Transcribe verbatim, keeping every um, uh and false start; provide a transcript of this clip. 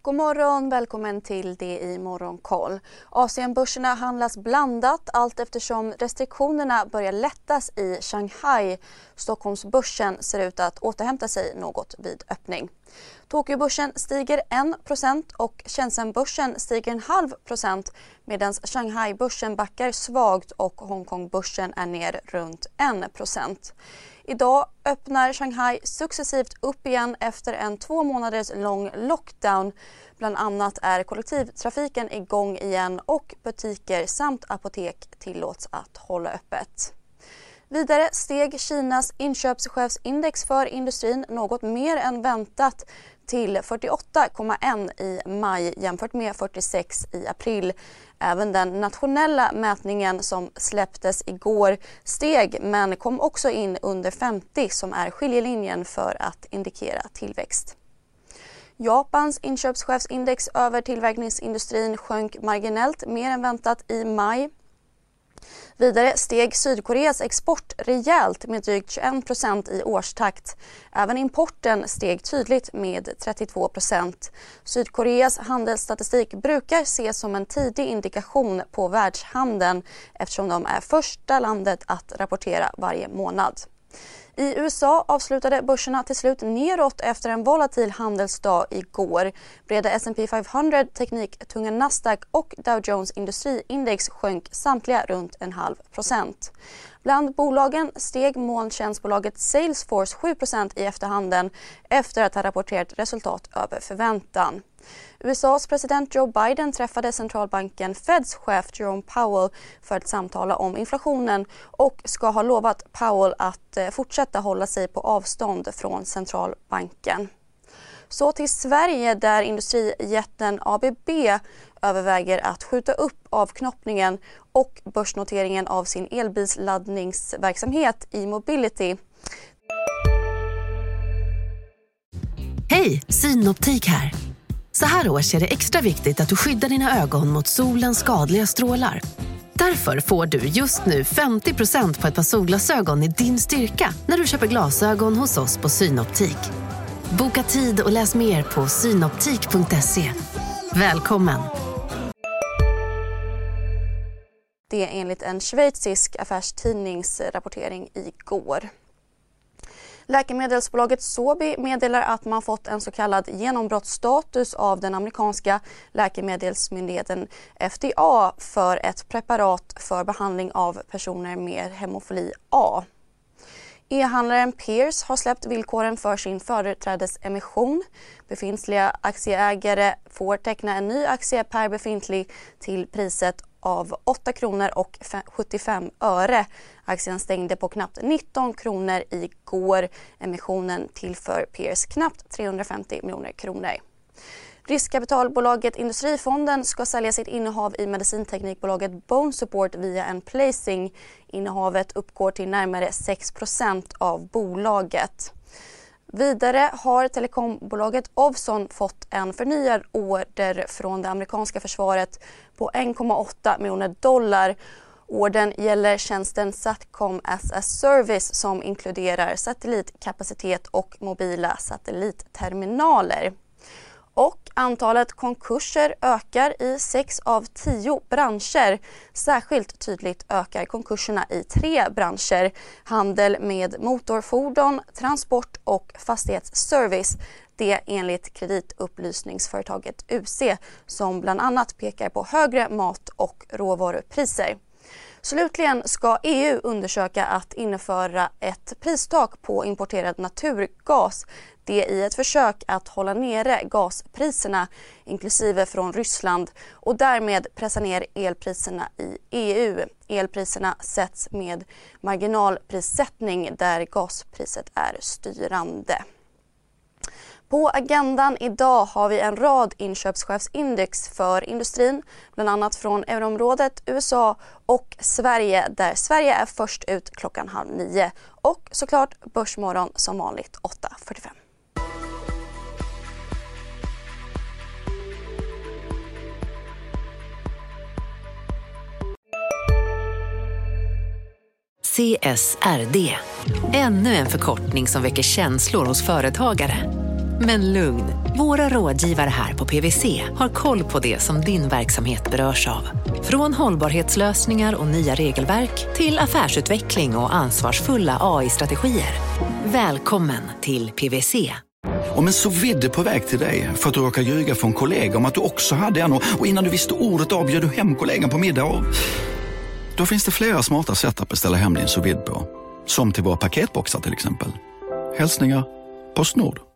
God morgon, välkommen till det i Morgonkoll. Asienbörserna handlas blandat allt eftersom restriktionerna börjar lättas i Shanghai. Stockholmsbörsen ser ut att återhämta sig något vid öppning. Tokyobörsen stiger en procent och Shenzhenbörsen stiger en halv procent medan Shanghai-börsen backar svagt och Hongkongbörsen är ner runt en procent. Idag öppnar Shanghai successivt upp igen efter en två månaders lång lockdown. Bland annat är kollektivtrafiken igång igen och butiker samt apotek tillåts att hålla öppet. Vidare steg Kinas inköpschefsindex för industrin något mer än väntat till fyrtioåtta komma ett i maj jämfört med fyrtiosex i april. Även den nationella mätningen som släpptes igår steg men kom också in under femtio som är skiljelinjen för att indikera tillväxt. Japans inköpschefsindex över tillverkningsindustrin sjönk marginellt mer än väntat i maj. Vidare steg Sydkoreas export rejält med drygt tjugoen procent i årstakt. Även importen steg tydligt med trettiotvå procent. Sydkoreas handelsstatistik brukar ses som en tidig indikation på världshandeln eftersom de är första landet att rapportera varje månad. I U S A avslutade börserna till slut neråt efter en volatil handelsdag igår. Breda S and P femhundra, tekniktunga Nasdaq och Dow Jones industriindex sjönk samtliga runt en halv procent. Bland bolagen steg molntjänstbolaget Salesforce sju procent i efterhanden efter att ha rapporterat resultat över förväntan. U S A:s president Joe Biden träffade centralbanken Feds chef Jerome Powell för att samtala om inflationen och ska ha lovat Powell att fortsätta hålla sig på avstånd från centralbanken. Så till Sverige där industrijätten A B B överväger att skjuta upp avknoppningen och börsnoteringen av sin elbilsladdningsverksamhet i Mobility. Hej, Synoptik här. Så här års är det extra viktigt att du skyddar dina ögon mot solens skadliga strålar. Därför får du just nu femtio procent på ett par solglasögon i din styrka när du köper glasögon hos oss på Synoptik. Boka tid och läs mer på synoptik punkt se. Välkommen! Det är enligt en schweizisk affärstidningsrapportering igår. Läkemedelsbolaget Sobi meddelar att man fått en så kallad genombrottsstatus av den amerikanska läkemedelsmyndigheten F D A för ett preparat för behandling av personer med hemofili A. E-handlaren Pierce har släppt villkoren för sin företrädesemission. Befintliga aktieägare får teckna en ny aktie per befintlig till priset av åtta kronor och sjuttiofem öre. Aktien stängde på knappt nitton kronor igår. Emissionen tillför Pierce knappt trehundrafemtio miljoner kronor. Riskkapitalbolaget Industrifonden ska sälja sitt innehav i medicinteknikbolaget Bone Support via en placing. Innehavet uppgår till närmare sex procent av bolaget. Vidare har telekombolaget Ovzon fått en förnyad order från det amerikanska försvaret på en komma åtta miljoner dollar. Ordern gäller tjänsten Satcom as a Service som inkluderar satellitkapacitet och mobila satellitterminaler. Och antalet konkurser ökar i sex av tio branscher. Särskilt tydligt ökar konkurserna i tre branscher. Handel med motorfordon, transport och fastighetsservice. Det enligt kreditupplysningsföretaget U C som bland annat pekar på högre mat- och råvarupriser. Slutligen ska E U undersöka att införa ett pristak på importerad naturgas. Det i ett försök att hålla nere gaspriserna inklusive från Ryssland och därmed pressa ner elpriserna i E U. Elpriserna sätts med marginalprissättning där gaspriset är styrande. På agendan idag har vi en rad inköpschefsindex för industrin, bland annat från euroområdet, U S A och Sverige, där Sverige är först ut klockan halv nio. Och såklart Börsmorgon som vanligt åtta fyrtiofem. C S R D. Ännu en förkortning som väcker känslor hos företagare. Men lugn, våra rådgivare här på P V C har koll på det som din verksamhet berörs av. Från hållbarhetslösningar och nya regelverk till affärsutveckling och ansvarsfulla A I-strategier. Välkommen till P V C. Om en sous vide är på väg till dig för att du råkar ljuga från kollega om att du också hade en och innan du visste ordet av bjöd du hem kollegan på middag och... Då finns det flera smarta sätt att beställa hem din sous vide på. Som till våra paketboxar till exempel. Hälsningar Postnord.